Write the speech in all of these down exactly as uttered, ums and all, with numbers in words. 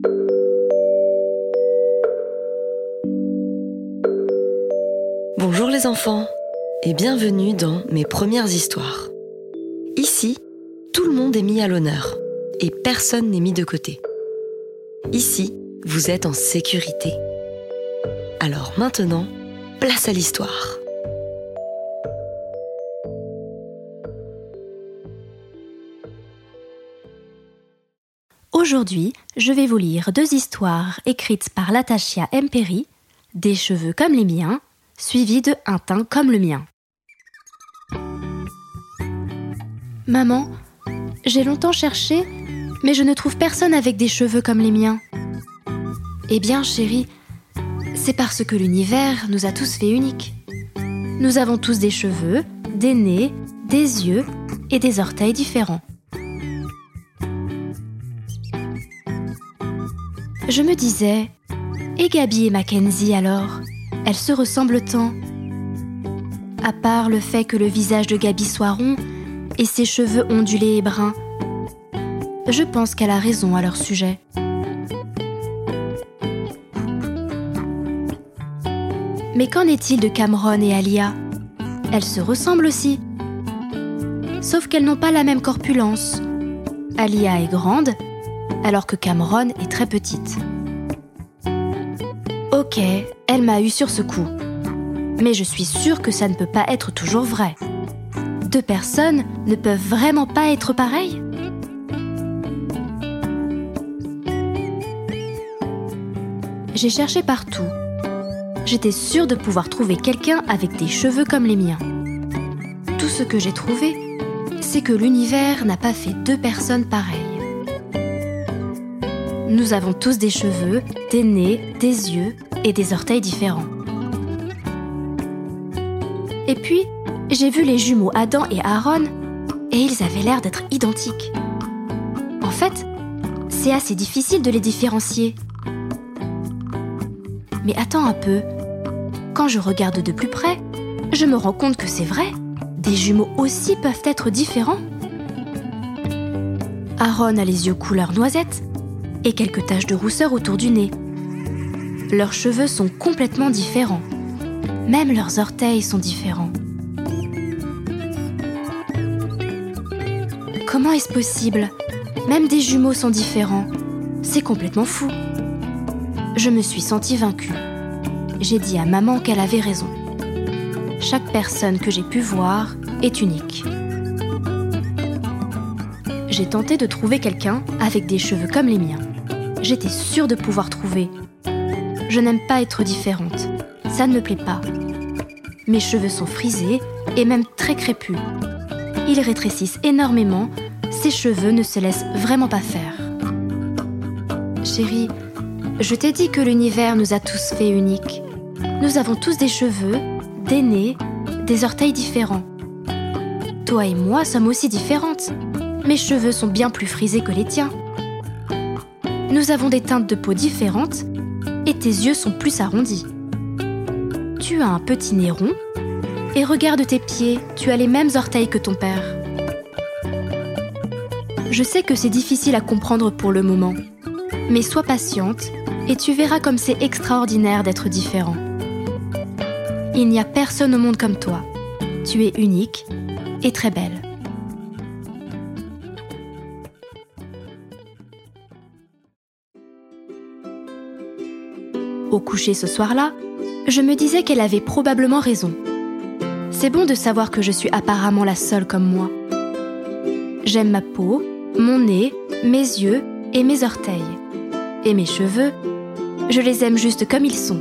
Bonjour les enfants et bienvenue dans mes premières histoires. Ici, tout le monde est mis à l'honneur et personne n'est mis de côté. Ici, vous êtes en sécurité. Alors maintenant, place à l'histoire. Aujourd'hui, je vais vous lire deux histoires écrites par Latachia Mperi, Des cheveux comme les miens, suivies de Un teint comme le mien. Maman, j'ai longtemps cherché, mais je ne trouve personne avec des cheveux comme les miens. Eh bien, chérie, c'est parce que l'univers nous a tous fait uniques. Nous avons tous des cheveux, des nez, des yeux et des orteils différents. Je me disais, et Gaby et Mackenzie alors, elles se ressemblent tant. À part le fait que le visage de Gaby soit rond et ses cheveux ondulés et bruns, je pense qu'elle a raison à leur sujet. Mais qu'en est-il de Cameron et Alia ? Elles se ressemblent aussi. Sauf qu'elles n'ont pas la même corpulence. Alia est grande, alors que Cameron est très petite. Ok, elle m'a eu sur ce coup. Mais je suis sûre que ça ne peut pas être toujours vrai. Deux personnes ne peuvent vraiment pas être pareilles ? J'ai cherché partout. J'étais sûre de pouvoir trouver quelqu'un avec des cheveux comme les miens. Tout ce que j'ai trouvé, c'est que l'univers n'a pas fait deux personnes pareilles. Nous avons tous des cheveux, des nez, des yeux et des orteils différents. Et puis, j'ai vu les jumeaux Adam et Aaron, et ils avaient l'air d'être identiques. En fait, c'est assez difficile de les différencier. Mais attends un peu, quand je regarde de plus près, je me rends compte que c'est vrai, des jumeaux aussi peuvent être différents. Aaron a les yeux couleur noisette, et quelques taches de rousseur autour du nez. Leurs cheveux sont complètement différents. Même leurs orteils sont différents. Comment est-ce possible ? Même des jumeaux sont différents. C'est complètement fou. Je me suis sentie vaincue. J'ai dit à maman qu'elle avait raison. Chaque personne que j'ai pu voir est unique. J'ai tenté de trouver quelqu'un avec des cheveux comme les miens. J'étais sûre de pouvoir trouver. Je n'aime pas être différente. Ça ne me plaît pas. Mes cheveux sont frisés et même très crépus. Ils rétrécissent énormément. Ces cheveux ne se laissent vraiment pas faire. Chérie, je t'ai dit que l'univers nous a tous fait uniques. Nous avons tous des cheveux, des nez, des orteils différents. Toi et moi sommes aussi différentes. Mes cheveux sont bien plus frisés que les tiens. Nous avons des teintes de peau différentes et tes yeux sont plus arrondis. Tu as un petit nez rond et regarde tes pieds, tu as les mêmes orteils que ton père. Je sais que c'est difficile à comprendre pour le moment, mais sois patiente et tu verras comme c'est extraordinaire d'être différent. Il n'y a personne au monde comme toi. Tu es unique et très belle. Au coucher ce soir-là, je me disais qu'elle avait probablement raison. C'est bon de savoir que je suis apparemment la seule comme moi. J'aime ma peau, mon nez, mes yeux et mes orteils. Et mes cheveux, je les aime juste comme ils sont.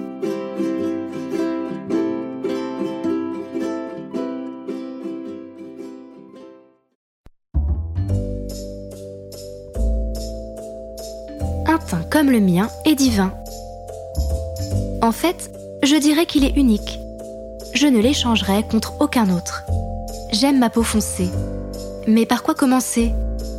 Un teint comme le mien est divin. En fait, je dirais qu'il est unique. Je ne l'échangerai contre aucun autre. J'aime ma peau foncée. Mais par quoi commencer ?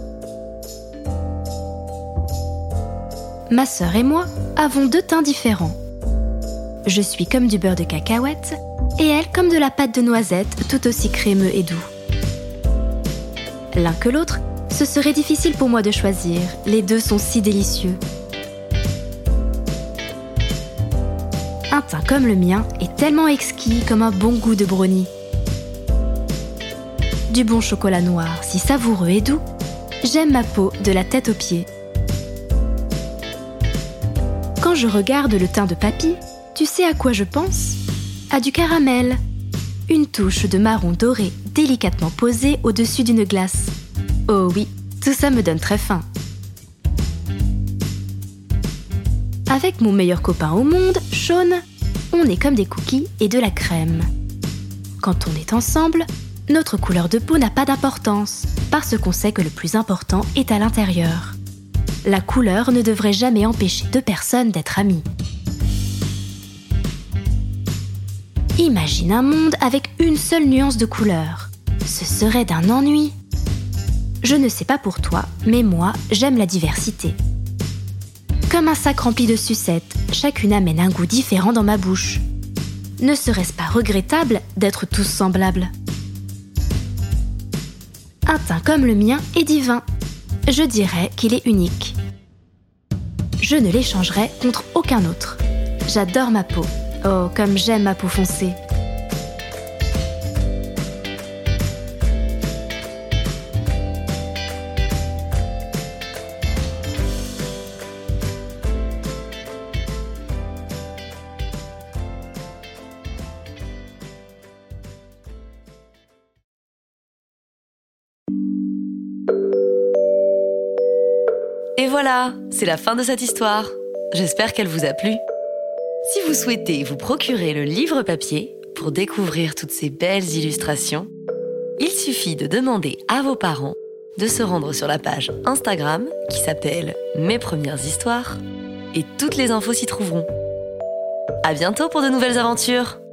Ma sœur et moi avons deux teints différents. Je suis comme du beurre de cacahuète et elle comme de la pâte de noisette tout aussi crémeux et doux. L'un que l'autre, ce serait difficile pour moi de choisir, les deux sont si délicieux. Un teint comme le mien est tellement exquis comme un bon goût de brownie. Du bon chocolat noir, si savoureux et doux, j'aime ma peau de la tête aux pieds. Quand je regarde le teint de papy, tu sais à quoi je pense ? À du caramel. Une touche de marron doré délicatement posée au-dessus d'une glace. Oh oui, tout ça me donne très faim. Avec mon meilleur copain au monde, Sean, on est comme des cookies et de la crème. Quand on est ensemble, notre couleur de peau n'a pas d'importance, parce qu'on sait que le plus important est à l'intérieur. La couleur ne devrait jamais empêcher deux personnes d'être amies. Imagine un monde avec une seule nuance de couleur. Ce serait d'un ennui. Je ne sais pas pour toi, mais moi, j'aime la diversité. Comme un sac rempli de sucettes, chacune amène un goût différent dans ma bouche. Ne serait-ce pas regrettable d'être tous semblables ? Un teint comme le mien est divin. Je dirais qu'il est unique. Je ne l'échangerai contre aucun autre. J'adore ma peau. Oh, comme j'aime ma peau foncée. Et voilà, c'est la fin de cette histoire. J'espère qu'elle vous a plu. Si vous souhaitez vous procurer le livre papier pour découvrir toutes ces belles illustrations, il suffit de demander à vos parents de se rendre sur la page Instagram qui s'appelle Mes Premières Histoires et toutes les infos s'y trouveront. À bientôt pour de nouvelles aventures!